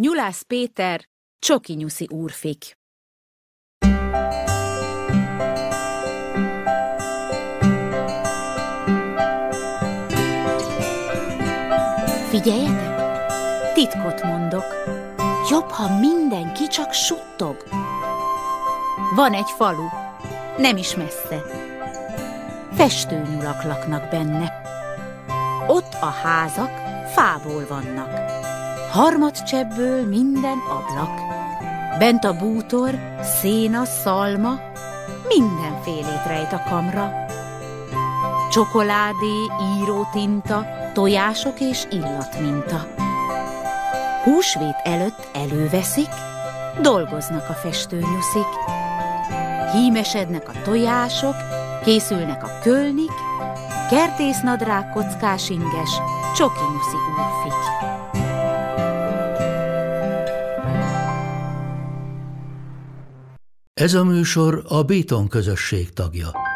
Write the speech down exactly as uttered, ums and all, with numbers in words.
Nyulász Péter, Csoki-nyuszi úrfik. Figyeljetek! Titkot mondok. Jobb, ha mindenki csak suttog. Van egy falu, nem is messze. Festőnyulak laknak benne. Ott a házak fából vannak. Harmadcsebből minden ablak. Bent a bútor, széna, szalma, mindenfélét rejt a kamra. Csokoládé, írótinta, tojások és illatminta. Húsvét előtt előveszik, dolgoznak a festőnyuszik. Hímesednek a tojások, készülnek a kölnik, kertésznadrág, kockás inges, Csoki-nyuszi úrfik. Ez a műsor a Béton közösség tagja.